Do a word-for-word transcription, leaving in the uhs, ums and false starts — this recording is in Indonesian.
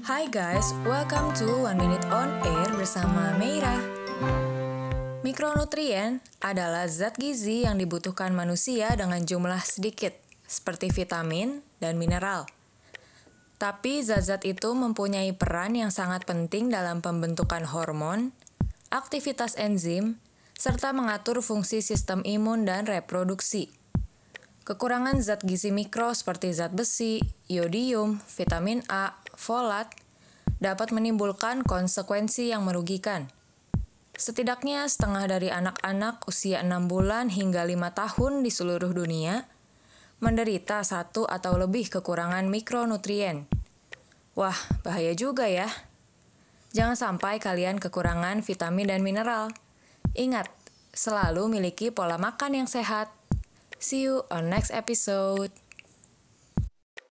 Hai guys, welcome to One Minute on Air bersama Meira. Mikronutrien adalah zat gizi yang dibutuhkan manusia dengan jumlah sedikit, seperti vitamin dan mineral. Tapi zat-zat itu mempunyai peran yang sangat penting dalam pembentukan hormon, aktivitas enzim, serta mengatur fungsi sistem imun dan reproduksi. Kekurangan zat gizi mikro seperti zat besi, iodium, vitamin A, folat, dapat menimbulkan konsekuensi yang merugikan. Setidaknya setengah dari anak-anak usia enam bulan hingga lima tahun di seluruh dunia menderita satu atau lebih kekurangan mikronutrien. Wah, bahaya juga ya. Jangan sampai kalian kekurangan vitamin dan mineral. Ingat, selalu miliki pola makan yang sehat. See you on next episode.